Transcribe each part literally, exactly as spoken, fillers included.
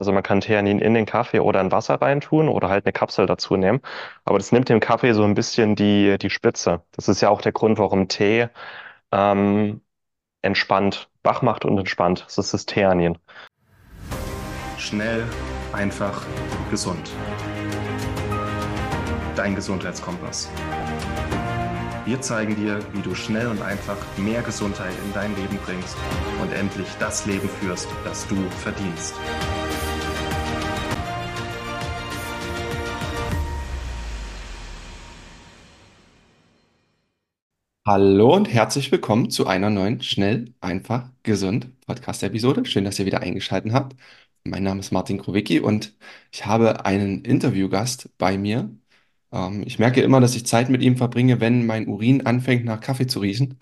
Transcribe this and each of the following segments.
Also man kann Theanin in den Kaffee oder in Wasser reintun oder halt eine Kapsel dazu nehmen. Aber das nimmt dem Kaffee so ein bisschen die, die Spitze. Das ist ja auch der Grund, warum Tee ähm, entspannt, wach macht und entspannt. Das ist das Theanin. Schnell, einfach, gesund. Dein Gesundheitskompass. Wir zeigen dir, wie du schnell und einfach mehr Gesundheit in dein Leben bringst und endlich das Leben führst, das du verdienst. Hallo und herzlich willkommen zu einer neuen Schnell, einfach, gesund Podcast-Episode. Schön, dass ihr wieder eingeschaltet habt. Mein Name ist Martin Krowicki und ich habe einen Interviewgast bei mir. Ähm, ich merke immer, dass ich Zeit mit ihm verbringe, wenn mein Urin anfängt nach Kaffee zu riechen.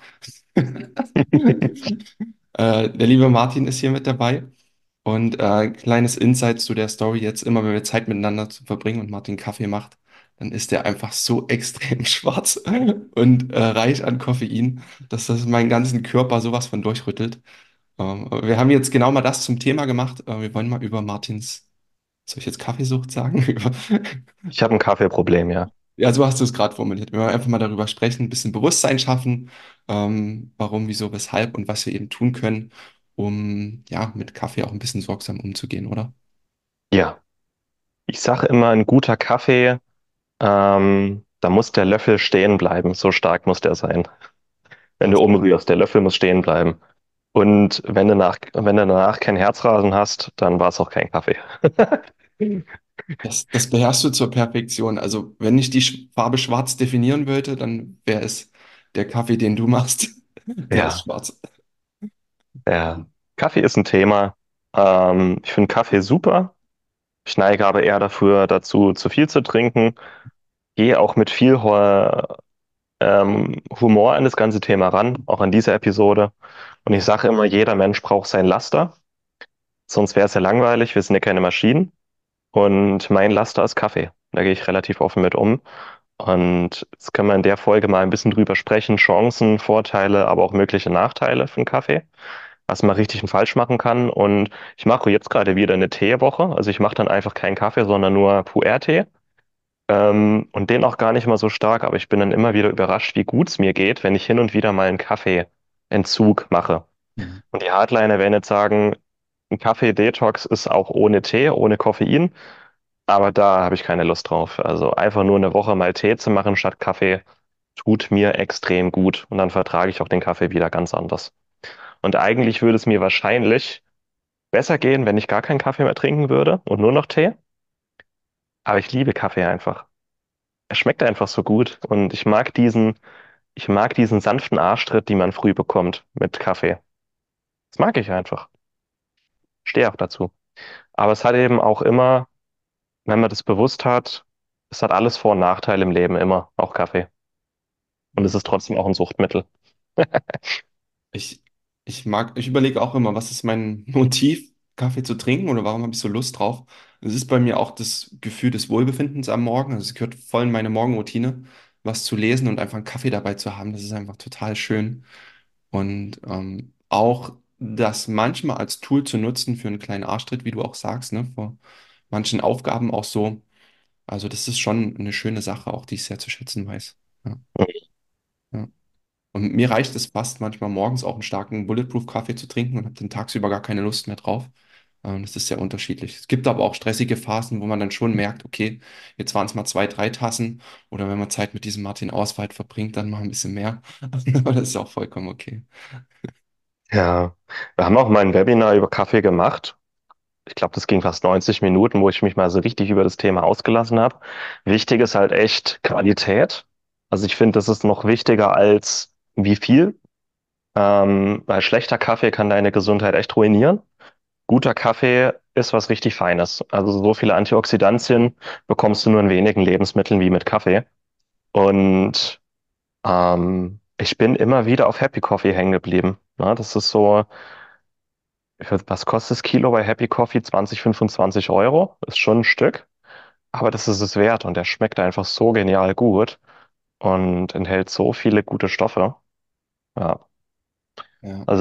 Äh, der liebe Martin ist hier mit dabei. Und äh, kleines Insight zu der Story jetzt, immer wenn wir Zeit miteinander zu verbringen und Martin Kaffee macht, dann ist der einfach so extrem schwarz und äh, reich an Koffein, dass das meinen ganzen Körper sowas von durchrüttelt. Ähm, wir haben jetzt genau mal das zum Thema gemacht. Äh, wir wollen mal über Martins, soll ich jetzt Kaffeesucht sagen? Über- Ich habe ein Kaffeeproblem, ja. Ja, so hast du es gerade formuliert. Wir wollen einfach mal darüber sprechen, ein bisschen Bewusstsein schaffen, ähm, warum, wieso, weshalb und was wir eben tun können, um ja mit Kaffee auch ein bisschen sorgsam umzugehen, oder? Ja, ich sage immer, ein guter Kaffee, ähm, da muss der Löffel stehen bleiben. So stark muss der sein. Wenn du Das, umrührst, der Löffel muss stehen bleiben. Und wenn du nach, wenn du danach kein Herzrasen hast, dann war es auch kein Kaffee. das, das beherrschst du zur Perfektion. Also, wenn ich die Sch- Farbe schwarz definieren wollte, dann wäre es der Kaffee, den du machst. Der ist Ja, schwarz. ja. Kaffee ist ein Thema. Ähm, ich finde Kaffee super. Ich neige aber eher dafür dazu, zu viel zu trinken. Gehe auch mit viel Hu- ähm, Humor an das ganze Thema ran, auch an diese Episode. Und ich Ja. sage immer, jeder Mensch braucht sein Laster. Sonst wäre es ja langweilig. Wir sind ja keine Maschinen. Und mein Laster ist Kaffee. Da gehe ich relativ offen mit um. Und jetzt können wir in der Folge mal ein bisschen drüber sprechen. Chancen, Vorteile, aber auch mögliche Nachteile von Kaffee. Was man richtig und falsch machen kann. Und ich mache jetzt gerade wieder eine Teewoche. Also ich mache dann einfach keinen Kaffee, sondern nur Pu'er-Tee. Ähm, und den auch gar nicht mal so stark. Aber ich bin dann immer wieder überrascht, wie gut es mir geht, wenn ich hin und wieder mal einen Kaffeeentzug mache. Mhm. Und die Hardliner werden jetzt sagen, ein Kaffee-Detox ist auch ohne Tee, ohne Koffein. Aber da habe ich keine Lust drauf. Also einfach nur eine Woche mal Tee zu machen statt Kaffee tut mir extrem gut. Und dann vertrage ich auch den Kaffee wieder ganz anders. Und eigentlich würde es mir wahrscheinlich besser gehen, wenn ich gar keinen Kaffee mehr trinken würde und nur noch Tee. Aber ich liebe Kaffee einfach. Er schmeckt einfach so gut. Und ich mag diesen, ich mag diesen sanften Arschtritt, den man früh bekommt mit Kaffee. Das mag ich einfach. Stehe auch dazu. Aber es hat eben auch immer, wenn man das bewusst hat, es hat alles Vor- und Nachteile im Leben, immer, auch Kaffee. Und es ist trotzdem auch ein Suchtmittel. Ich, ich mag, ich überlege auch immer, was ist mein Motiv, Kaffee zu trinken oder warum habe ich so Lust drauf? Es ist bei mir auch das Gefühl des Wohlbefindens am Morgen. Also es gehört voll in meine Morgenroutine, was zu lesen und einfach einen Kaffee dabei zu haben. Das ist einfach total schön. Und ähm, auch das manchmal als Tool zu nutzen für einen kleinen Arschtritt, wie du auch sagst, ne, vor manchen Aufgaben auch so. Also das ist schon eine schöne Sache, auch die ich sehr zu schätzen weiß. Ja, ja. Und mir reicht es fast manchmal morgens auch einen starken Bulletproof-Kaffee zu trinken und habe dann tagsüber gar keine Lust mehr drauf. Ähm, Das ist sehr unterschiedlich. Es gibt aber auch stressige Phasen, wo man dann schon merkt, okay, jetzt waren es mal zwei, drei Tassen oder wenn man Zeit mit diesem Martin Auswald verbringt, dann mal ein bisschen mehr. Aber das ist auch vollkommen okay. Ja, wir haben auch mal ein Webinar über Kaffee gemacht. Ich glaube, das ging fast neunzig Minuten, wo ich mich mal so richtig über das Thema ausgelassen habe. Wichtig ist halt echt Qualität. Also ich finde, das ist noch wichtiger als wie viel. Ähm, weil schlechter Kaffee kann deine Gesundheit echt ruinieren. Guter Kaffee ist was richtig Feines. Also so viele Antioxidantien bekommst du nur in wenigen Lebensmitteln wie mit Kaffee. Und ähm, ich bin immer wieder auf Happy Coffee hängen geblieben. Na, das ist so, was kostet das Kilo bei Happy Coffee? zwanzig, fünfundzwanzig Euro. Ist schon ein Stück. Aber das ist es wert und der schmeckt einfach so genial gut und enthält so viele gute Stoffe. Ja, Ja. also da,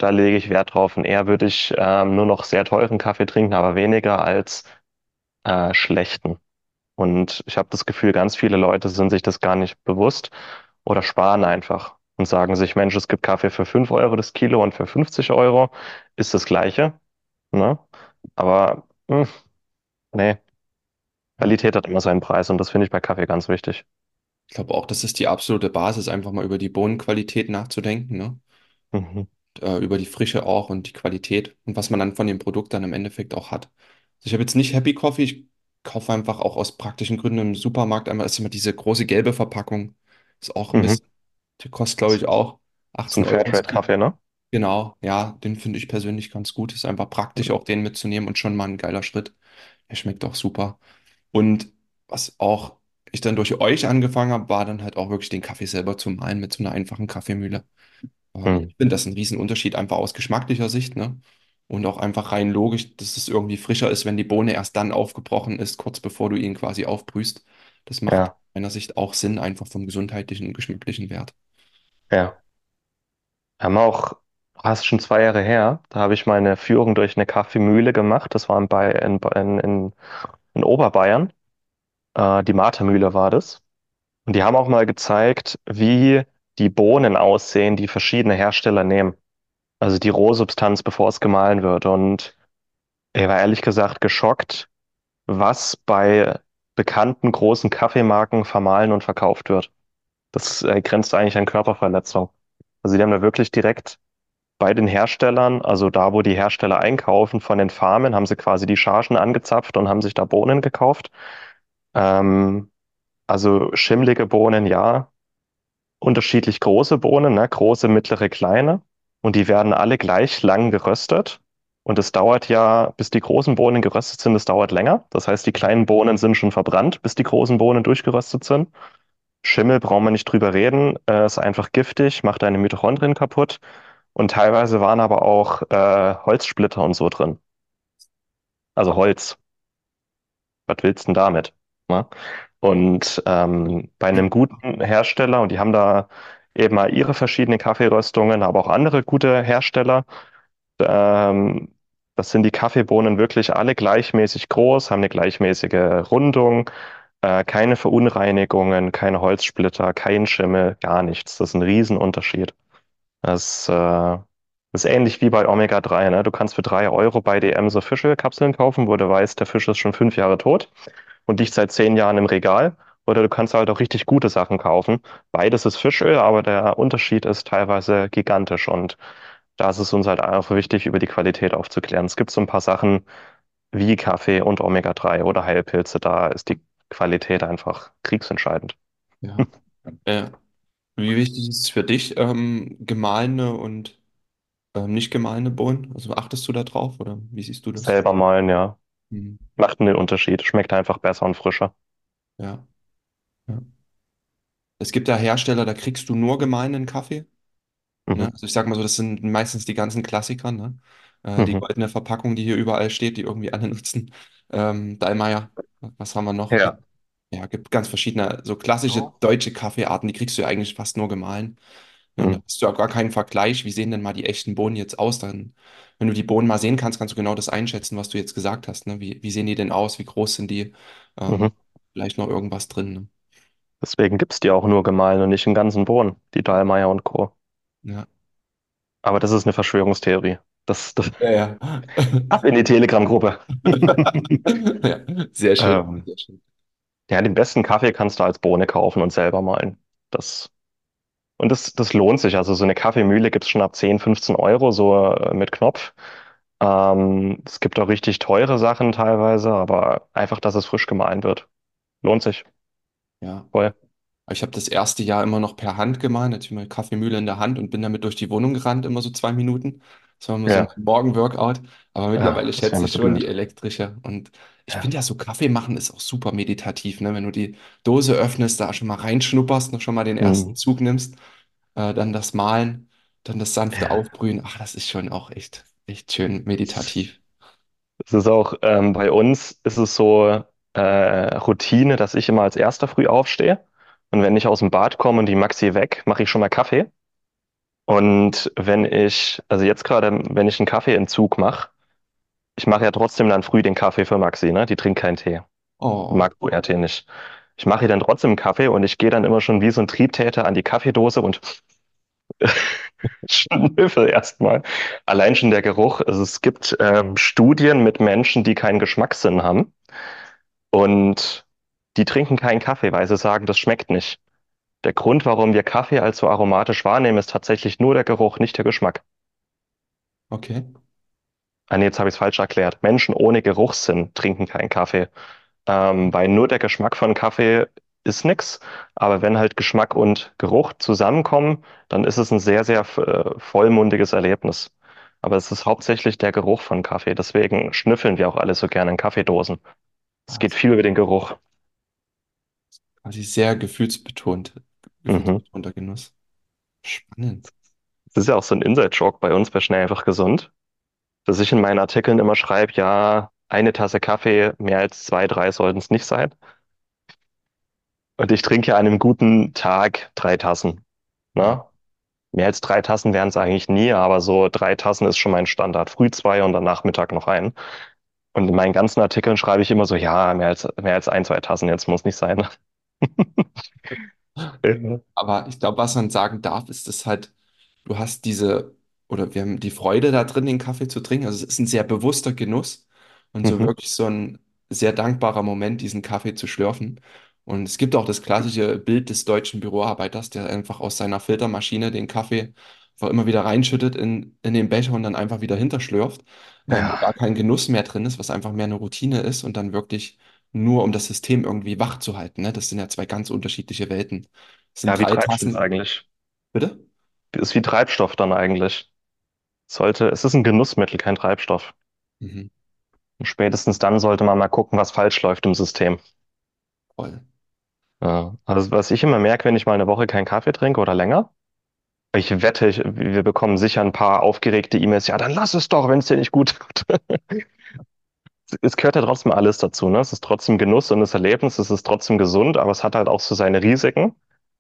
da lege ich Wert drauf. Und eher würde ich ähm, nur noch sehr teuren Kaffee trinken, aber weniger als äh, schlechten. Und ich habe das Gefühl, ganz viele Leute sind sich das gar nicht bewusst oder sparen einfach und sagen sich, Mensch, es gibt Kaffee für fünf Euro das Kilo und für fünfzig Euro ist das Gleiche. Ne? Aber mh, nee, Ja. Qualität hat immer seinen Preis und das finde ich bei Kaffee ganz wichtig. Ich glaube auch, das ist die absolute Basis, einfach mal über die Bohnenqualität nachzudenken, ne? Mhm. Äh, über die Frische auch und die Qualität und was man dann von dem Produkt dann im Endeffekt auch hat. Also ich habe jetzt nicht Happy Coffee, ich kaufe einfach auch aus praktischen Gründen im Supermarkt einmal, ist immer diese große gelbe Verpackung, ist auch ein Mhm. bisschen, die kostet glaube ich auch So ein achtzehn Euro das Kilo. Fairtrade-Kaffee, ne? Genau, ja, den finde ich persönlich ganz gut. Ist einfach praktisch, auch den mitzunehmen und schon mal ein geiler Schritt. Der schmeckt auch super. Und was auch ich dann durch euch angefangen habe, war dann halt auch wirklich den Kaffee selber zu mahlen mit so einer einfachen Kaffeemühle. Ähm, Mhm. ich finde das ein Riesenunterschied, einfach aus geschmacklicher Sicht, ne? Und auch einfach rein logisch, dass es irgendwie frischer ist, wenn die Bohne erst dann aufgebrochen ist, kurz bevor du ihn quasi aufbrühst. Das macht aus Ja, meiner Sicht auch Sinn, einfach vom gesundheitlichen und geschmacklichen Wert. ja. Haben auch, fast schon zwei Jahre her, da habe ich meine Führung durch eine Kaffeemühle gemacht. Das war in, Bay in, in, in, in Oberbayern. Äh, die Martha-Mühle war das. Und die haben auch mal gezeigt, wie die Bohnen aussehen, die verschiedene Hersteller nehmen. Also die Rohsubstanz, bevor es gemahlen wird. Und ich war ehrlich gesagt geschockt, was bei bekannten großen Kaffeemarken vermahlen und verkauft wird. Das äh, grenzt eigentlich an Körperverletzung. Also die haben da wirklich direkt bei den Herstellern, also da, wo die Hersteller einkaufen von den Farmen, haben sie quasi die Chargen angezapft und haben sich da Bohnen gekauft. Ähm, also schimmlige Bohnen, ja. Unterschiedlich große Bohnen, ne? Große, mittlere, kleine. Und die werden alle gleich lang geröstet. Und es dauert ja, bis die großen Bohnen geröstet sind, es dauert länger. Das heißt, die kleinen Bohnen sind schon verbrannt, bis die großen Bohnen durchgeröstet sind. Schimmel brauchen wir nicht drüber reden, äh, ist einfach giftig, macht deine Mitochondrien kaputt. Und teilweise waren aber auch äh, Holzsplitter und so drin. Also Holz. Was willst du denn damit? Ne? Und ähm, bei einem guten Hersteller, und die haben da eben mal ihre verschiedenen Kaffeeröstungen, aber auch andere gute Hersteller, ähm, das sind die Kaffeebohnen wirklich alle gleichmäßig groß, haben eine gleichmäßige Rundung, äh, keine Verunreinigungen, keine Holzsplitter, kein Schimmel, gar nichts. Das ist ein Riesenunterschied. Das, äh, das ist ähnlich wie bei Omega drei, ne? Du kannst für drei Euro bei D M so Fischölkapseln kaufen, wo du weißt, der Fisch ist schon fünf Jahre tot und liegt seit zehn Jahren im Regal. Oder du kannst halt auch richtig gute Sachen kaufen. Beides ist Fischöl, aber der Unterschied ist teilweise gigantisch. Und da ist es uns halt einfach wichtig, über die Qualität aufzuklären. Es gibt so ein paar Sachen wie Kaffee und Omega drei oder Heilpilze. Da ist die Qualität einfach kriegsentscheidend. Ja. Äh, Wie wichtig ist es für dich, ähm, gemahlene und ähm, nicht gemahlene Bohnen? Also achtest du da drauf oder wie siehst du das? Selber malen, ja. Hm. Macht einen Unterschied. Schmeckt einfach besser und frischer. Ja, ja. Es gibt da Hersteller, da kriegst du nur gemahlenen Kaffee. Ne? Mhm. Also ich sag mal so, das sind meistens die ganzen Klassiker, ne? Äh, die Mhm. goldene Verpackung, die hier überall steht, die irgendwie alle nutzen. Ähm, Dallmayr, was haben wir noch? Äh, Ja. ja, gibt ganz verschiedene, so klassische deutsche Kaffeearten, die kriegst du ja eigentlich fast nur gemahlen. Ne? Und da Mhm. hast du ja gar keinen Vergleich. Wie sehen denn mal die echten Bohnen jetzt aus? Dann, wenn du die Bohnen mal sehen kannst, kannst du genau das einschätzen, was du jetzt gesagt hast. Ne? Wie, wie sehen die denn aus? Wie groß sind die? Ähm, Mhm. vielleicht noch irgendwas drin. Ne? Deswegen gibt's die auch nur gemahlen und nicht in ganzen Bohnen, die Dahlmeier und Co. Ja. Aber das ist eine Verschwörungstheorie. Das, das Ja, ja. ab in die Telegram-Gruppe. Ja, sehr schön. Ähm, Sehr schön. ja, den besten Kaffee kannst du als Bohne kaufen und selber malen. Das, und das, das lohnt sich. Also so eine Kaffeemühle gibt's schon ab zehn, fünfzehn Euro, so äh, mit Knopf. Ähm, es gibt auch richtig teure Sachen teilweise, aber einfach, dass es frisch gemahlen wird. Lohnt sich. Ja. Voll. Ich habe das erste Jahr immer noch per Hand gemahlen, hatte ich meine Kaffeemühle in der Hand und bin damit durch die Wohnung gerannt, immer so zwei Minuten. Das war immer so Ja, mein Morgenworkout. Aber ja, mittlerweile das wäre schätze mir ich zu schon die blöd. elektrische. Und ich Ja. finde ja so Kaffee machen ist auch super meditativ, ne? Wenn du die Dose öffnest, da schon mal reinschnupperst, noch schon mal den ersten Mhm. Zug nimmst, äh, dann das Mahlen, dann das sanfte Ja. Aufbrühen. Ach, das ist schon auch echt, echt schön meditativ. Es ist auch ähm, bei uns ist es so äh, Routine, dass ich immer als Erster früh aufstehe. Und wenn ich aus dem Bad komme und die Maxi weg, mache ich schon mal Kaffee. Und wenn ich, also jetzt gerade, wenn ich einen Kaffeeentzug mache, ich mache ja trotzdem dann früh den Kaffee für Maxi, ne? Die trinkt keinen Tee. Oh, Mag R T nicht. Ich mache ihr dann trotzdem einen Kaffee und ich gehe dann immer schon wie so ein Triebtäter an die Kaffeedose und schnüffel erstmal. Allein schon der Geruch. Also es gibt ähm, Studien mit Menschen, die keinen Geschmackssinn haben und die trinken keinen Kaffee, weil sie sagen, das schmeckt nicht. Der Grund, warum wir Kaffee als so aromatisch wahrnehmen, ist tatsächlich nur der Geruch, nicht der Geschmack. okay. Ah, nee, jetzt habe ich es falsch erklärt. Menschen ohne Geruchssinn trinken keinen Kaffee. Ähm, weil nur der Geschmack von Kaffee ist nix. Aber wenn halt Geschmack und Geruch zusammenkommen, dann ist es ein sehr, sehr äh, vollmundiges Erlebnis. Aber es ist hauptsächlich der Geruch von Kaffee. Deswegen schnüffeln wir auch alle so gerne in Kaffeedosen. Es geht Also viel über den Geruch. quasi sehr gefühlsbetont, Mhm. gefühlsbetonter Genuss. Spannend. Das ist ja auch so ein Inside-Joke bei uns bei Schnell einfach gesund, dass ich in meinen Artikeln immer schreibe, ja, eine Tasse Kaffee, mehr als zwei, drei sollten es nicht sein. Und ich trinke ja an einem guten Tag drei Tassen. Ja. Ne? Mehr als drei Tassen wären es eigentlich nie, aber so drei Tassen ist schon mein Standard. Früh zwei und dann Nachmittag noch ein. Und in meinen ganzen Artikeln schreibe ich immer so, ja, mehr als, mehr als ein, zwei Tassen jetzt muss nicht sein. Ja. Aber ich glaube, was man sagen darf, ist, dass halt, du hast diese, oder wir haben die Freude da drin, den Kaffee zu trinken. Also es ist ein sehr bewusster Genuss und so Mhm. wirklich so ein sehr dankbarer Moment, diesen Kaffee zu schlürfen. Und es gibt auch das klassische Bild des deutschen Büroarbeiters, der einfach aus seiner Filtermaschine den Kaffee einfach immer wieder reinschüttet in, in den Becher und dann einfach wieder hinterschlürft, ähm, wo gar Ja, kein Genuss mehr drin ist, was einfach mehr eine Routine ist und dann wirklich nur um das System irgendwie wach zu halten. Ne? Das sind ja zwei ganz unterschiedliche Welten. Es sind ja, wie drei Treibstoff Tassen. eigentlich. Bitte? Ist wie Treibstoff dann eigentlich. Sollte, es ist ein Genussmittel, kein Treibstoff. Mhm. Und spätestens dann sollte man mal gucken, was falsch läuft im System. Voll. Ja. Also was ich immer merke, wenn ich mal eine Woche keinen Kaffee trinke oder länger, ich wette, ich, wir bekommen sicher ein paar aufgeregte E-Mails. Ja, dann lass es doch, wenn es dir nicht gut tut. Es gehört ja trotzdem alles dazu, ne? Es ist trotzdem Genuss und das Erlebnis, es ist trotzdem gesund, aber es hat halt auch so seine Risiken.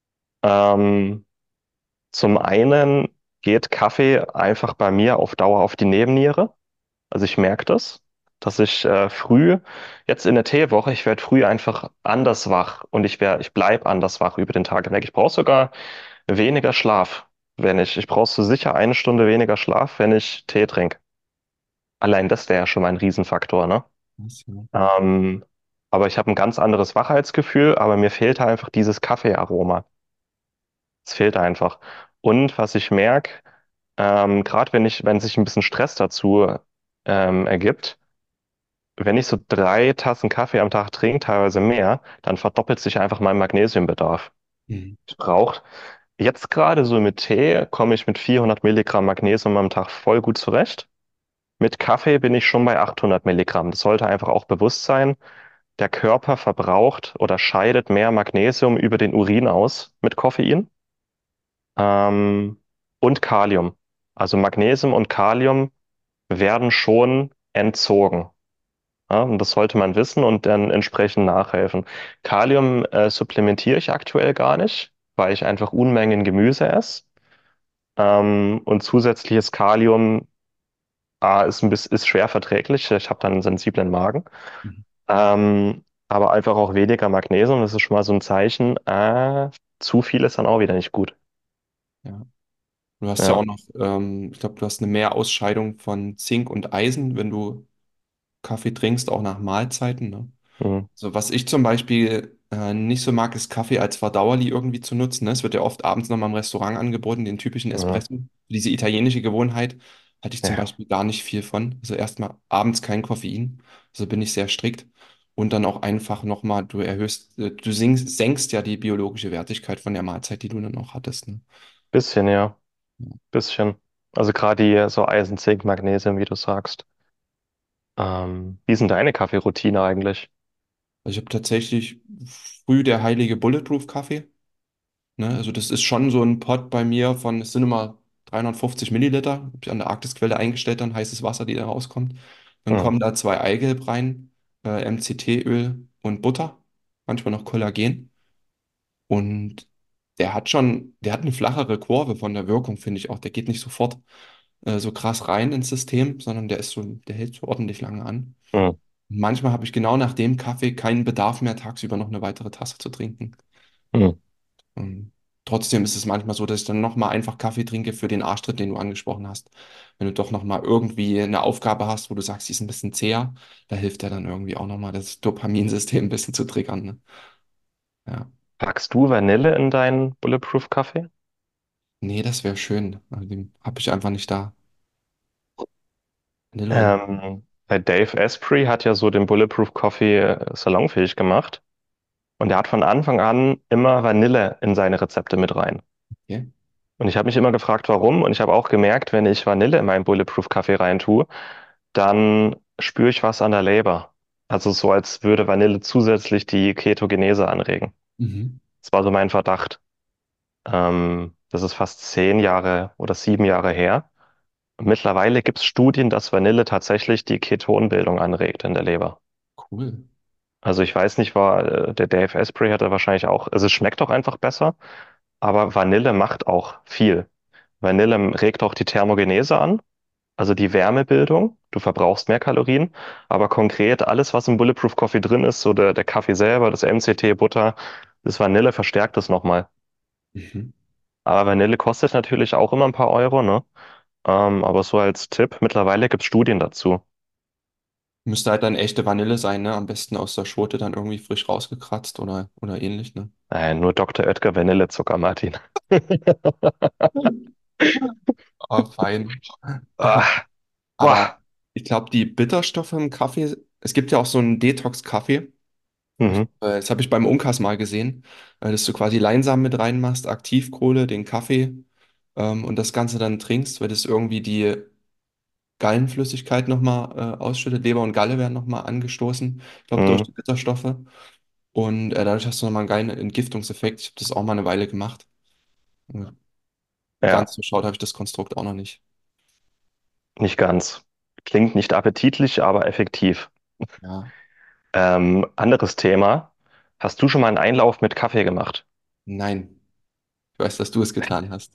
Ähm, zum einen geht Kaffee einfach bei mir auf Dauer auf die Nebenniere. Also ich merke das, dass ich äh, früh, jetzt in der Teewoche, ich werde früh einfach anders wach und ich werde, ich bleib anders wach über den Tag hinweg. Ich brauche sogar weniger Schlaf, wenn ich, ich brauche so sicher eine Stunde weniger Schlaf, wenn ich Tee trinke. Allein das wäre ja schon mal ein Riesenfaktor, ne? Das, ja. Ähm, aber ich habe ein ganz anderes Wachheitsgefühl, aber mir fehlt halt einfach dieses Kaffeearoma. Es fehlt einfach. Und was ich merke, ähm, gerade wenn ich, wenn sich ein bisschen Stress dazu ähm, ergibt, wenn ich so drei Tassen Kaffee am Tag trinke, teilweise mehr, dann verdoppelt sich einfach mein Magnesiumbedarf. Mhm. Ich brauche jetzt gerade so mit Tee, komme ich mit vierhundert Milligramm Magnesium am Tag voll gut zurecht. Mit Kaffee bin ich schon bei achthundert Milligramm. Das sollte einfach auch bewusst sein. Der Körper verbraucht oder scheidet mehr Magnesium über den Urin aus mit Koffein, ähm, und Kalium. Also Magnesium und Kalium werden schon entzogen. Ja, und das sollte man wissen und dann entsprechend nachhelfen. Kalium äh, supplementiere ich aktuell gar nicht, weil ich einfach Unmengen Gemüse esse. Ähm, und zusätzliches Kalium A, ist ein bisschen ist schwer verträglich. Ich habe dann einen sensiblen Magen. Mhm. Ähm, aber einfach auch weniger Magnesium, das ist schon mal so ein Zeichen. Äh, zu viel ist dann auch wieder nicht gut. Ja. Du hast ja Ja. auch noch, ähm, ich glaube, du hast eine Mehrausscheidung von Zink und Eisen, wenn du Kaffee trinkst, auch nach Mahlzeiten. Ne? Mhm. So, was ich zum Beispiel äh, nicht so mag, ist Kaffee als Verdauerli irgendwie zu nutzen. Ne? Es wird ja oft abends nochmal im Restaurant angeboten, den typischen Mhm. Espresso. Diese italienische Gewohnheit hatte ich zum Ja. Beispiel gar nicht viel von. Also erstmal abends kein Koffein. Also bin ich sehr strikt. Und dann auch einfach nochmal, du erhöhst, äh, du senkst, senkst ja die biologische Wertigkeit von der Mahlzeit, die du dann auch hattest. Ne? Bisschen, ja. Bisschen. Also gerade die so Eisen, Zink, Magnesium, wie du sagst. Ähm, wie ist denn deine Kaffeeroutine eigentlich? Also ich habe tatsächlich früh der heilige Bulletproof-Kaffee. Ne? Also das ist schon so ein Pot bei mir von, es sind immer dreihundertfünfzig Milliliter, habe ich an der Arktisquelle eingestellt, dann heißes Wasser, die da rauskommt. Dann Mhm. kommen da zwei Eigelb rein, äh, M C T-Öl und Butter, manchmal noch Kollagen. Und der hat schon, der hat eine flachere Kurve von der Wirkung, finde ich auch. Der geht nicht sofort äh, so krass rein ins System, sondern der ist so, der hält so ordentlich lange an. Hm, Manchmal habe ich genau nach dem Kaffee keinen Bedarf mehr, tagsüber noch eine weitere Tasse zu trinken. hm. Und trotzdem ist es manchmal so, dass ich dann nochmal einfach Kaffee trinke für den Arschtritt, den du angesprochen hast. Wenn du doch nochmal irgendwie eine Aufgabe hast, wo du sagst, die ist ein bisschen zäher, da hilft der dann irgendwie auch nochmal, das Dopaminsystem ein bisschen zu triggern. Ne? Ja. Packst du Vanille in deinen Bulletproof Kaffee? Nee, das wäre schön. Also den habe ich einfach nicht da. Vanille oder? Ähm, bei Dave Asprey hat ja so den Bulletproof Coffee äh, salonfähig gemacht. Und er hat von Anfang an immer Vanille in seine Rezepte mit rein. Okay. Und ich habe mich immer gefragt, warum. Und ich habe auch gemerkt, wenn ich Vanille in meinen Bulletproof Kaffee reintue, dann spüre ich was an der Leber. Also so, als würde Vanille zusätzlich die Ketogenese anregen. Mhm. Das war so mein Verdacht. Ähm, das ist fast zehn Jahre oder sieben Jahre her. Und mittlerweile gibt es Studien, dass Vanille tatsächlich die Ketonbildung anregt in der Leber. Cool. Also ich weiß nicht, war äh, der Dave Asprey hatte wahrscheinlich auch, also es schmeckt auch einfach besser, aber Vanille macht auch viel. Vanille regt auch die Thermogenese an, also die Wärmebildung. Du verbrauchst mehr Kalorien, aber konkret alles, was im Bulletproof Coffee drin ist, so der, der Kaffee selber, das M C T, Butter, das Vanille verstärkt das nochmal. Mhm. Aber Vanille kostet natürlich auch immer ein paar Euro, ne? Ähm, aber so als Tipp, mittlerweile gibt es Studien dazu. Müsste halt dann echte Vanille sein, ne? Am besten aus der Schote dann irgendwie frisch rausgekratzt oder, oder ähnlich, ne? Nein, nur Doktor Oetker Vanillezucker, Martin. Ah, fein. Ah, Aber boah. ich glaube, die Bitterstoffe im Kaffee, es gibt ja auch so einen Detox-Kaffee. Ich, Mhm, äh, das habe ich beim Unkas mal gesehen, äh, dass du quasi Leinsamen mit reinmachst, Aktivkohle, den Kaffee ähm, und das Ganze dann trinkst, weil das irgendwie die Gallenflüssigkeit nochmal äh, ausschüttet. Leber und Galle werden nochmal angestoßen, ich glaube, durch mhm, die Bitterstoffe. Und äh, dadurch hast du nochmal einen geilen Entgiftungseffekt. Ich habe das auch mal eine Weile gemacht. Äh, Ganz ja, durchschaut habe ich das Konstrukt auch noch nicht. nicht ganz. Klingt nicht appetitlich, aber effektiv. Ja, Ähm, anderes Thema. Hast du schon mal einen Einlauf mit Kaffee gemacht? nein. Ich weiß, dass du es getan hast.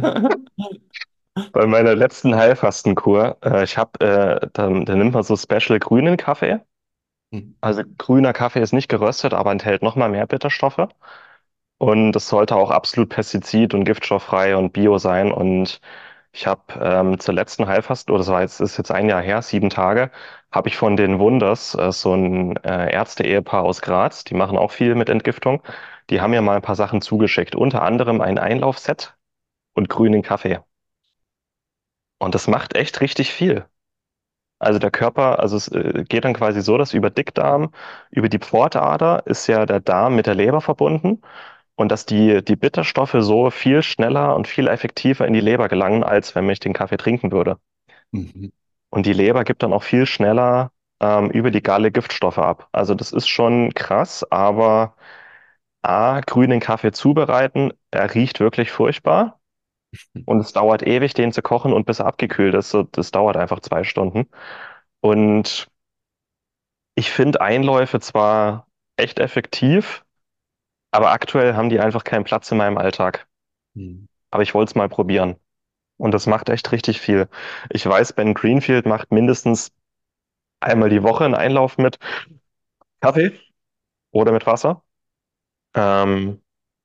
Bei meiner letzten Heilfastenkur, äh, ich habe, äh, da, da nimmt man so Special grünen Kaffee. Hm. Also grüner Kaffee ist nicht geröstet, aber enthält nochmal mehr Bitterstoffe. Und es sollte auch absolut pestizid- und giftstofffrei und bio sein. Und ich habe ähm, zur letzten Heilfasten, oder das war jetzt, ist jetzt ein Jahr her, sieben Tage, habe ich von den Wunders, äh, so ein äh, Ärzte-Ehepaar aus Graz, die machen auch viel mit Entgiftung, die haben mir mal ein paar Sachen zugeschickt, unter anderem ein Einlaufset und grünen Kaffee. Und das macht echt richtig viel. Also der Körper, also es äh, geht dann quasi so, dass über Dickdarm, über die Pfortader ist ja der Darm mit der Leber verbunden und dass die, die Bitterstoffe so viel schneller und viel effektiver in die Leber gelangen, als wenn ich den Kaffee trinken würde. Mhm. Und die Leber gibt dann auch viel schneller ähm, über die Galle Giftstoffe ab. Also das ist schon krass, aber A, grünen Kaffee zubereiten, er riecht wirklich furchtbar und es dauert ewig, den zu kochen und bis er abgekühlt ist. So, das dauert einfach zwei Stunden. Und ich finde Einläufe zwar echt effektiv, aber aktuell haben die einfach keinen Platz in meinem Alltag. Hm. Aber ich wollte es mal probieren. Und das macht echt richtig viel. Ich weiß, Ben Greenfield macht mindestens einmal die Woche einen Einlauf mit Kaffee oder mit Wasser. Ähm,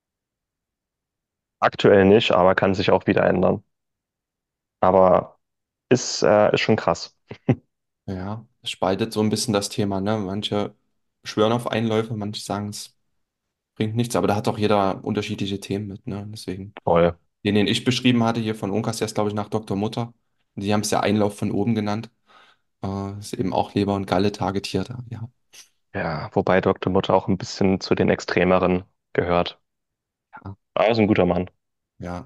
aktuell nicht, aber kann sich auch wieder ändern. Aber ist, äh, ist schon krass. Ja, es spaltet so ein bisschen das Thema, ne? Manche schwören auf Einläufe, manche sagen, es bringt nichts, aber da hat auch jeder unterschiedliche Themen mit, ne? Deswegen, Voll. den, den ich beschrieben hatte, hier von Unkas, der ist, glaube ich, nach Doktor Mutter. Die haben es ja Einlauf von oben genannt. Äh, ist eben auch Leber und Galle targetiert, ja. Ja, wobei Doktor Mutter auch ein bisschen zu den Extremeren gehört. Ja, Aber ist ein guter Mann. ja.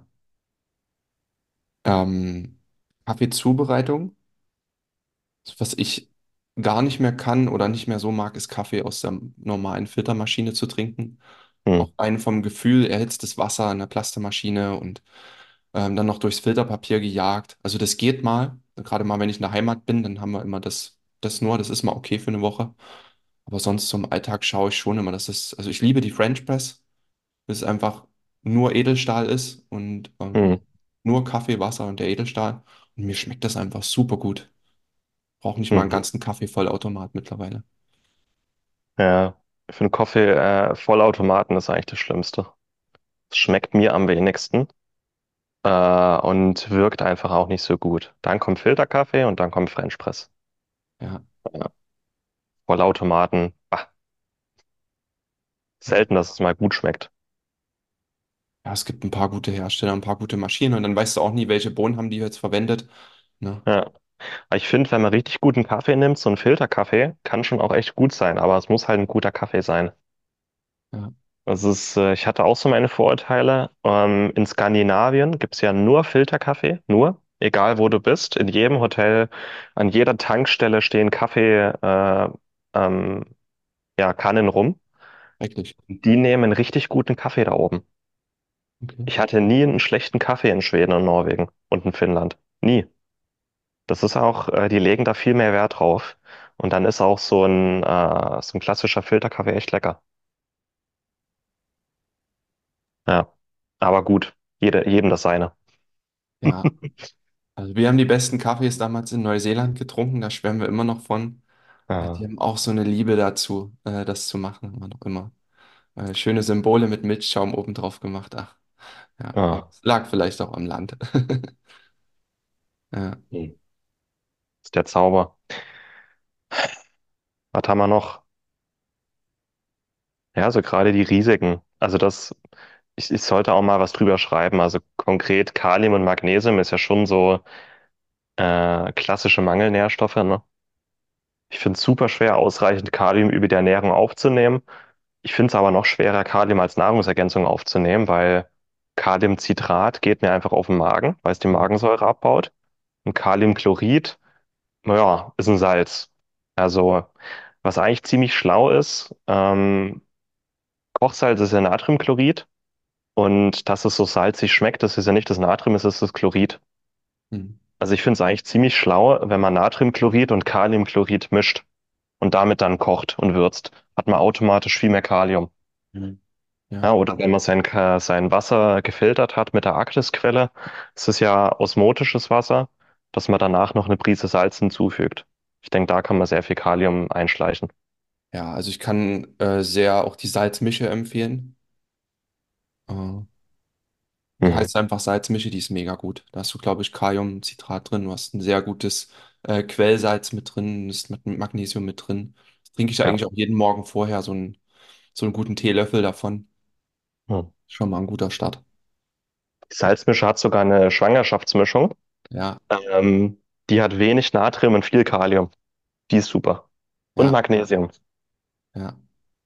Ähm, Kaffeezubereitung. Was ich gar nicht mehr kann oder nicht mehr so mag, ist Kaffee aus der normalen Filtermaschine zu trinken. Hm. Auch rein vom Gefühl, erhitztes Wasser in der Plastikmaschine und ähm, dann noch durchs Filterpapier gejagt. Also das geht mal. Gerade mal, wenn ich in der Heimat bin, dann haben wir immer das, das nur, das ist mal okay für eine Woche. Aber sonst zum Alltag schaue ich schon immer, dass das, also ich liebe die French Press. Das ist einfach nur Edelstahl ist und Hm. ähm, nur Kaffee, Wasser und der Edelstahl. Und mir schmeckt das einfach super gut. Brauche nicht mal einen Mhm. ganzen Kaffeevollautomat mittlerweile. Ja, ich finde Kaffee, äh, Vollautomaten ist eigentlich das Schlimmste. Es schmeckt mir am wenigsten, äh, und wirkt einfach auch nicht so gut. Dann kommt Filterkaffee und dann kommt French Press. Ja, Ja, Vollautomaten, ah, ja. selten, dass es mal gut schmeckt. Ja, es gibt ein paar gute Hersteller, ein paar gute Maschinen und dann weißt du auch nie, welche Bohnen haben die jetzt verwendet. Ne? Ja. Aber ich finde, wenn man richtig guten Kaffee nimmt, so ein Filterkaffee, kann schon auch echt gut sein, aber es muss halt ein guter Kaffee sein. Ja, Das ist, äh, ich hatte auch so meine Vorurteile. Ähm, in Skandinavien gibt's ja nur Filterkaffee, nur, egal wo du bist. In jedem Hotel, an jeder Tankstelle stehen Kaffee, äh, ähm, ja, Kannen rum. schrecklich. Die nehmen richtig guten Kaffee da oben. Okay. Ich hatte nie einen schlechten Kaffee in Schweden und Norwegen und in Finnland. Nie. Das ist auch, äh, die legen da viel mehr Wert drauf. Und dann ist auch so ein, äh, so ein klassischer Filterkaffee echt lecker. Ja. Aber gut, jede, jedem das seine. Ja, also wir haben die besten Kaffees damals in Neuseeland getrunken, da schwärmen wir immer noch von. Äh, Die Ja. haben auch so eine Liebe dazu, äh, das zu machen, immer noch immer. Äh, schöne Symbole mit Milchschaum oben drauf gemacht. Ach, ja, aber Ja. es lag vielleicht auch am Land. Ja, Hm. Ist der Zauber. Was haben wir noch? Ja, also gerade die Risiken. Also das, ich, ich sollte auch mal was drüber schreiben. Also konkret Kalium und Magnesium ist ja schon so äh, klassische Mangelnährstoffe, ne? Ich finde es super schwer, ausreichend Kalium über die Ernährung aufzunehmen. Ich finde es aber noch schwerer, Kalium als Nahrungsergänzung aufzunehmen, weil Kaliumcitrat geht mir einfach auf den Magen, weil es die Magensäure abbaut. Und Kaliumchlorid, naja, ist ein Salz. Also, was eigentlich ziemlich schlau ist, ähm, Kochsalz ist ja Natriumchlorid und dass es so salzig schmeckt, das ist ja nicht das Natrium, es ist das Chlorid. hm. Also ich finde es eigentlich ziemlich schlau, wenn man Natriumchlorid und Kaliumchlorid mischt und damit dann kocht und würzt, hat man automatisch viel mehr Kalium. Hm. Ja, Ja, oder wenn man sein, Ka- sein Wasser gefiltert hat mit der Arktisquelle, es ist ja osmotisches Wasser, dass man danach noch eine Prise Salz hinzufügt. Ich denke, da kann man sehr viel Kalium einschleichen. ja, also ich kann äh, sehr auch die Salzmische empfehlen. Äh, Die Mhm. heißt einfach Salzmische, die ist mega gut. Da hast du, glaube ich, Kaliumcitrat drin. Du hast ein sehr gutes äh, Quellsalz mit drin, ist mit Magnesium mit drin. Das trinke ich Ja. eigentlich auch jeden Morgen vorher, so einen, so einen guten Teelöffel davon. Mhm. Schon mal ein guter Start. Die Salzmische hat sogar eine Schwangerschaftsmischung. Ja, Ähm, die hat wenig Natrium und viel Kalium. Die ist super. Und ja, Magnesium. ja,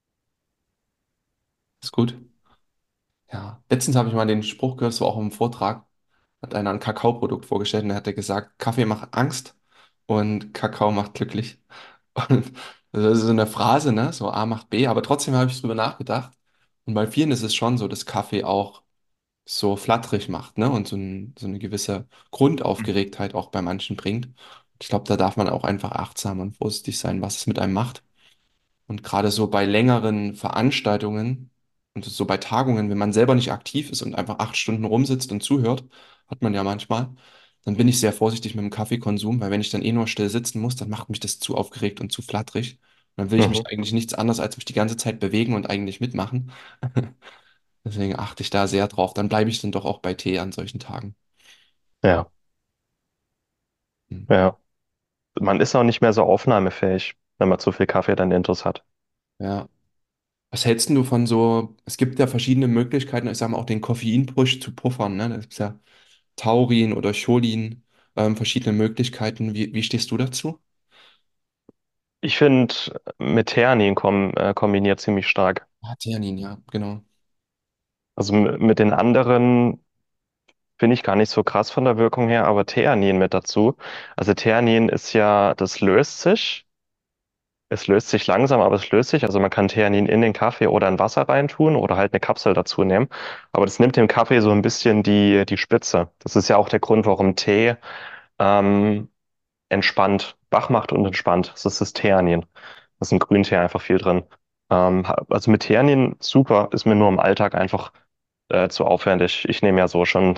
ist gut. Ja, letztens habe ich mal den Spruch gehört, so auch im Vortrag, hat einer ein Kakaoprodukt vorgestellt und er hatte gesagt, Kaffee macht Angst und Kakao macht glücklich. Und das ist so eine Phrase, ne? So A macht B, aber trotzdem habe ich drüber nachgedacht. Und bei vielen ist es schon so, dass Kaffee auch so flatterig macht, ne? Und so, ein, so eine gewisse Grundaufgeregtheit auch bei manchen bringt. Ich glaube, da darf man auch einfach achtsam und vorsichtig sein, was es mit einem macht. Und gerade so bei längeren Veranstaltungen und so bei Tagungen, wenn man selber nicht aktiv ist und einfach acht Stunden rumsitzt und zuhört, hat man ja manchmal, dann bin ich sehr vorsichtig mit dem Kaffeekonsum, weil wenn ich dann eh nur still sitzen muss, dann macht mich das zu aufgeregt und zu flatterig. Und dann will ich mich Mhm. eigentlich nichts anderes als mich die ganze Zeit bewegen und eigentlich mitmachen. Deswegen achte ich da sehr drauf. Dann bleibe ich dann doch auch bei Tee an solchen Tagen. Ja, Hm. ja. Man ist auch nicht mehr so aufnahmefähig, wenn man zu viel Kaffee dann intus hat. Ja. Was hältst denn du von so, es gibt ja verschiedene Möglichkeiten, ich sage mal auch den Koffeinpush zu puffern, ne? Das ist ja Taurin oder Cholin, ähm, verschiedene Möglichkeiten. Wie, wie stehst du dazu? Ich finde, mit Theanin kom äh, kombiniert ziemlich stark. Ah, Theanin, ja, genau. Also m- mit den anderen finde ich gar nicht so krass von der Wirkung her, aber Theanin mit dazu. Also Theanin ist ja, das löst sich. Es löst sich langsam, aber es löst sich. Also man kann Theanin in den Kaffee oder in Wasser reintun oder halt eine Kapsel dazu nehmen. Aber das nimmt dem Kaffee so ein bisschen die, die Spitze. Das ist ja auch der Grund, warum Tee ähm, entspannt, wach macht und entspannt. Das ist das Theanin. Das ist im Grüntee einfach viel drin. Ähm, ha- also mit Theanin super, ist mir nur im Alltag einfach äh, zu aufwendig. Ich nehme ja so schon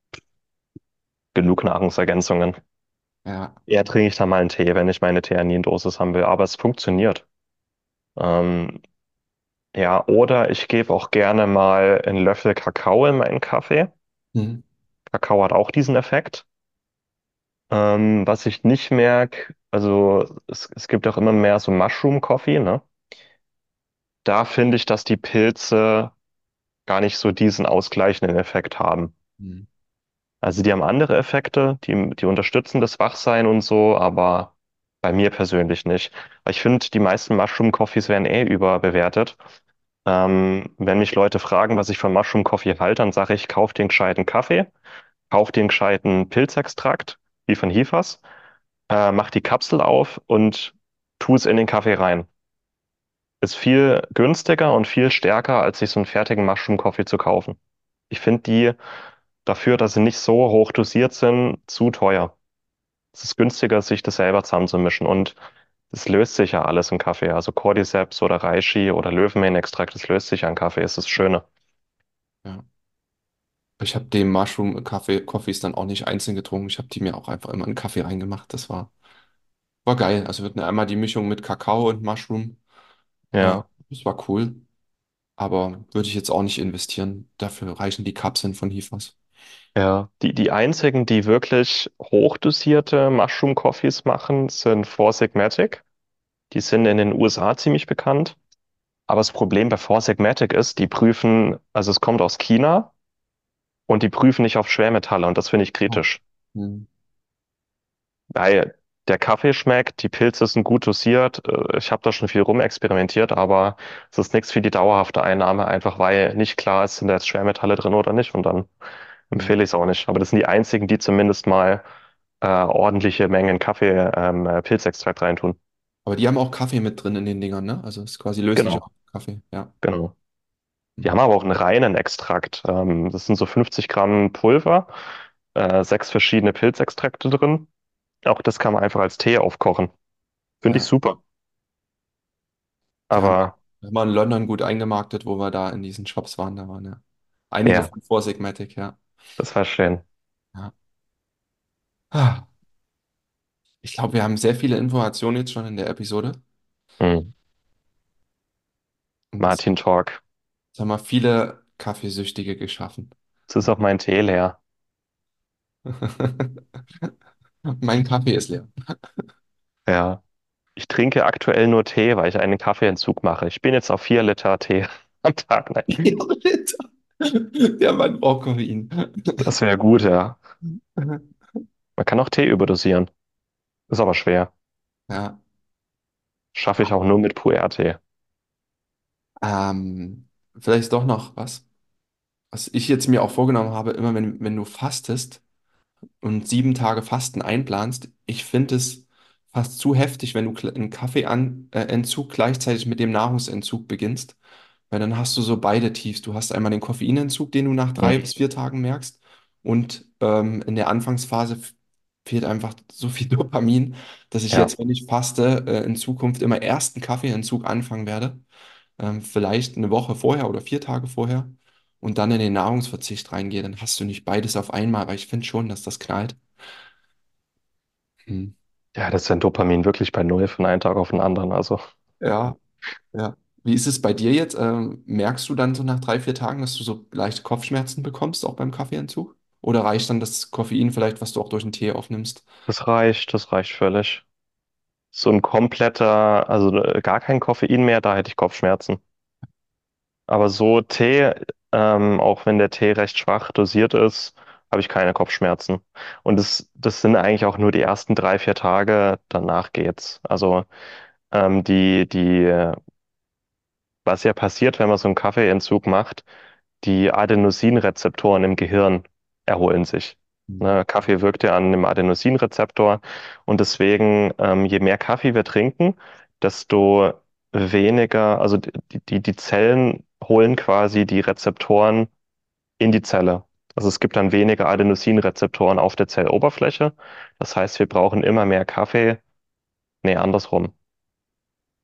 genug Nahrungsergänzungen. Ja. Eher trinke ich dann mal einen Tee, wenn ich meine Theanindosis haben will. Aber es funktioniert. Ähm, ja, oder ich gebe auch gerne mal einen Löffel Kakao in meinen Kaffee. Mhm. Kakao hat auch diesen Effekt. Ähm, was ich nicht merke, also es, es gibt auch immer mehr so Mushroom Coffee, ne? Da finde ich, dass die Pilze gar nicht so diesen ausgleichenden Effekt haben. Mhm. Also die haben andere Effekte, die, die unterstützen das Wachsein und so, aber bei mir persönlich nicht. Weil ich finde, die meisten Mushroom Coffees werden eh überbewertet. Ähm, wenn mich Leute fragen, was ich von Mushroom Coffee halte, dann sage ich, kauf den gescheiten Kaffee, kauf den gescheiten Pilzextrakt, wie von Hifas, äh, mach die Kapsel auf und tu es in den Kaffee rein. Ist viel günstiger und viel stärker, als sich so einen fertigen Mushroom Coffee zu kaufen. Ich finde die dafür, dass sie nicht so hoch dosiert sind, zu teuer. Es ist günstiger, sich das selber zusammenzumischen und es löst sich ja alles im Kaffee. Also Cordyceps oder Reishi oder Löwenmähenextrakt, das löst sich ja im Kaffee, ist das Schöne. Ja. Ich habe den Mushroom Kaffee, Coffees dann auch nicht einzeln getrunken. Ich habe die mir auch einfach immer in einen Kaffee reingemacht. Das war, war geil. Also wir hatten einmal die Mischung mit Kakao und Mushroom. Äh, Ja, das war cool. Aber würde ich jetzt auch nicht investieren. Dafür reichen die Kapseln von Hifas. ja. Die, die einzigen, die wirklich hochdosierte Mushroom Coffees machen, sind Four Sigmatic. Die sind in den U S A ziemlich bekannt. Aber das Problem bei Four Sigmatic ist, die prüfen, also es kommt aus China und die prüfen nicht auf Schwermetalle und das finde ich Oh. kritisch. Hm. Weil der Kaffee schmeckt, die Pilze sind gut dosiert. äh, Ich habe da schon viel rumexperimentiert, aber es ist nichts für die dauerhafte Einnahme, einfach weil nicht klar ist, sind da jetzt Schwermetalle drin oder nicht. Und dann Hm. empfehle ich es auch nicht. Aber das sind die einzigen, die zumindest mal äh, ordentliche Mengen Kaffee, ähm, äh, Pilzextrakt reintun. Aber die haben auch Kaffee mit drin in den Dingern, ne? Also es ist quasi löslicher Genau, Kaffee. Ja. genau. Die Hm. haben aber auch einen reinen Extrakt. Ähm, das sind so fünfzig Gramm Pulver, äh, sechs verschiedene Pilzextrakte drin. Auch das kann man einfach als Tee aufkochen. Finde ich Ja. super. Wir haben, Aber wir haben in London gut eingemarktet, wo wir da in diesen Shops waren. Da waren ja einige ja, von Four Sigmatic, ja. das war schön. Ja. Ah, ich glaube, wir haben sehr viele Informationen jetzt schon in der Episode. Hm. Und Martin Talk. jetzt haben wir viele Kaffeesüchtige geschaffen. Jetzt ist auch mein Tee leer. Mein Kaffee ist leer. Ja. Ich trinke aktuell nur Tee, weil ich einen Kaffeeentzug mache. Ich bin jetzt auf vier Liter Tee am Tag. Nein, Ja, Alter. Der Mann braucht Koffein. das wäre gut, ja. Man kann auch Tee überdosieren. Ist aber schwer. Ja. Schaffe ich auch nur mit Puer-Tee. Ähm, vielleicht doch noch was, was ich jetzt mir auch vorgenommen habe, immer wenn, wenn du fastest und sieben Tage Fasten einplanst, ich finde es fast zu heftig, wenn du kl- einen Kaffeeentzug gleichzeitig mit dem Nahrungsentzug beginnst, weil dann hast du so beide Tiefs. Du hast einmal den Koffeinentzug, den du nach drei Mhm. bis vier Tagen merkst, und ähm, in der Anfangsphase f- fehlt einfach so viel Dopamin, dass ich Ja, jetzt, wenn ich faste, äh, in Zukunft immer erst einen Kaffeeentzug anfangen werde, ähm, vielleicht eine Woche vorher oder vier Tage vorher, und dann in den Nahrungsverzicht reingehe. Dann hast du nicht beides auf einmal, weil ich finde schon, dass das knallt. Hm. ja, das ist ein Dopamin wirklich bei Null von einem Tag auf den anderen. Also, Ja, ja. Wie ist es bei dir jetzt? Ähm, merkst du dann so nach drei, vier Tagen, dass du so leichte Kopfschmerzen bekommst, auch beim Kaffeeentzug? Oder reicht dann das Koffein vielleicht, was du auch durch den Tee aufnimmst? das reicht, das reicht völlig. So ein kompletter, also äh, gar kein Koffein mehr, da hätte ich Kopfschmerzen. Aber so Tee, ähm, auch wenn der Tee recht schwach dosiert ist, habe ich keine Kopfschmerzen. Und das, das sind eigentlich auch nur die ersten drei, vier Tage, danach geht's. Also ähm, die, die, äh, was ja passiert, wenn man so einen Kaffeeentzug macht, die Adenosinrezeptoren im Gehirn erholen sich. Hm. Ne, Kaffee wirkt ja an dem Adenosinrezeptor und deswegen, ähm, je mehr Kaffee wir trinken, desto weniger, also die, die, die Zellen holen quasi die Rezeptoren in die Zelle. Also es gibt dann weniger Adenosinrezeptoren auf der Zelloberfläche. Das heißt, wir brauchen immer mehr Kaffee. Nee, andersrum.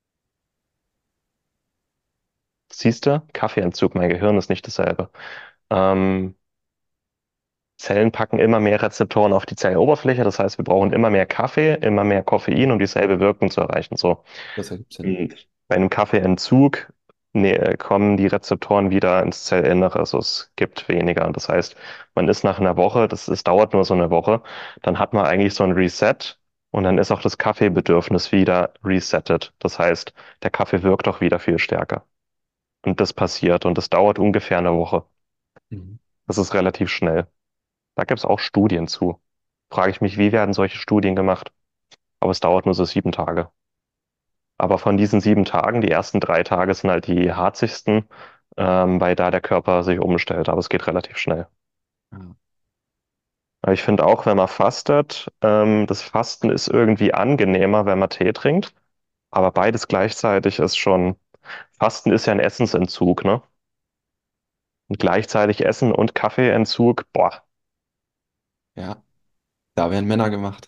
Siehst du? Kaffeeentzug, mein Gehirn ist nicht dasselbe. Ähm, Zellen packen immer mehr Rezeptoren auf die Zelloberfläche. Das heißt, wir brauchen immer mehr Kaffee, immer mehr Koffein, um dieselbe Wirkung zu erreichen. So. Das ergibt Sinn. Und bei einem Kaffeeentzug ne, kommen die Rezeptoren wieder ins Zellinnere. Also es gibt weniger. Das heißt, man ist nach einer Woche, das, es dauert nur so eine Woche, dann hat man eigentlich so ein Reset und dann ist auch das Kaffeebedürfnis wieder resettet. Das heißt, der Kaffee wirkt auch wieder viel stärker. Und das passiert und das dauert ungefähr eine Woche. Mhm. Das ist relativ schnell. Da gibt es auch Studien zu. Frage ich mich, wie werden solche Studien gemacht? Aber es dauert nur so sieben Tage. Aber von diesen sieben Tagen, die ersten drei Tage sind halt die harzigsten, ähm, weil da der Körper sich umstellt. Aber es geht relativ schnell. Ja. Aber ich finde auch, wenn man fastet, ähm, das Fasten ist irgendwie angenehmer, wenn man Tee trinkt. Aber beides gleichzeitig ist schon, Fasten ist ja ein Essensentzug, ne? Und gleichzeitig Essen und Kaffeeentzug, boah. Ja, da werden Männer gemacht.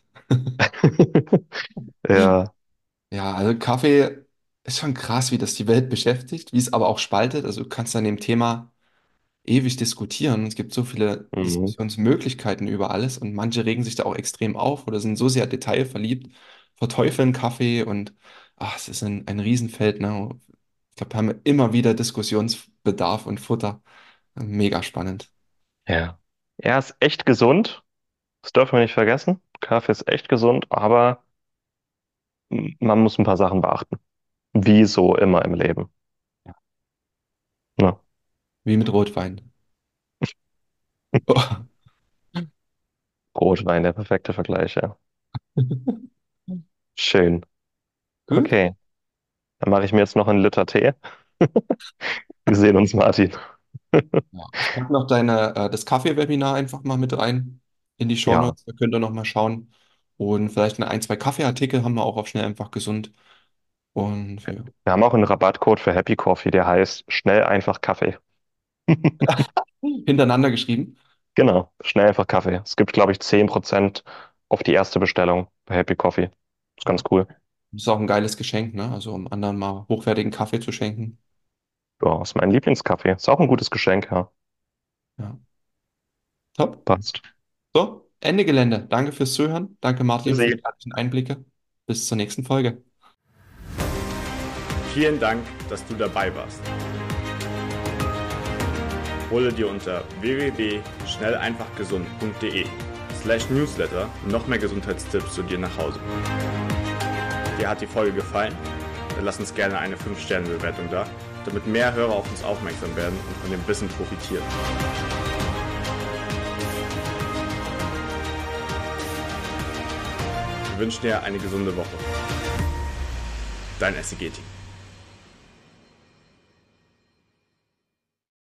Ja, Ja, also Kaffee ist schon krass, wie das die Welt beschäftigt, wie es aber auch spaltet. Also du kannst an dem Thema ewig diskutieren. Es gibt so viele mhm. Diskussionsmöglichkeiten über alles und manche regen sich da auch extrem auf oder sind so sehr detailverliebt, verteufeln Kaffee und ach, es ist ein, ein Riesenfeld, ne? Ich glaube, da haben wir immer wieder Diskussionsbedarf und Futter. Mega spannend. Ja. Er ist echt gesund. Das dürfen wir nicht vergessen. Kaffee ist echt gesund, aber mm, man muss ein paar Sachen beachten. Wie so immer im Leben. Ja. Ne? Wie mit Rotwein. Oh. Rotwein, der perfekte Vergleich, ja. Schön. Gut. Okay, dann mache ich mir jetzt noch einen Liter Tee. Wir sehen uns, Martin. Ja. Ich packe noch deine, äh, das Kaffee-Webinar einfach mal mit rein in die Ja, Shownotes. Da könnt ihr noch mal schauen. Und vielleicht eine ein, zwei Kaffeeartikel haben wir auch auf schnell einfach gesund. Und ja. wir haben auch einen Rabattcode für Happy Coffee, der heißt schnell einfach Kaffee. Hintereinander geschrieben. Genau, schnell einfach Kaffee. Es gibt, glaube ich, zehn Prozent auf die erste Bestellung bei Happy Coffee. Ist ganz cool. Ist auch ein geiles Geschenk, ne? Also um anderen mal hochwertigen Kaffee zu schenken. Ja, ist mein Lieblingskaffee. Ist auch ein gutes Geschenk, ja. Ja. Top. Passt. So, Ende Gelände. Danke fürs Zuhören. Danke, Martin, für die Easy. ehrlichen Einblicke. Bis zur nächsten Folge. Vielen Dank, dass du dabei warst. Hole dir unter w w w punkt schnell einfach gesund punkt de slash newsletter noch mehr Gesundheitstipps zu dir nach Hause. Dir hat die Folge gefallen? Dann lass uns gerne eine fünf Sterne Bewertung da, damit mehr Hörer auf uns aufmerksam werden und von dem Wissen profitieren. Wir wünschen dir eine gesunde Woche. Dein S E G-Team.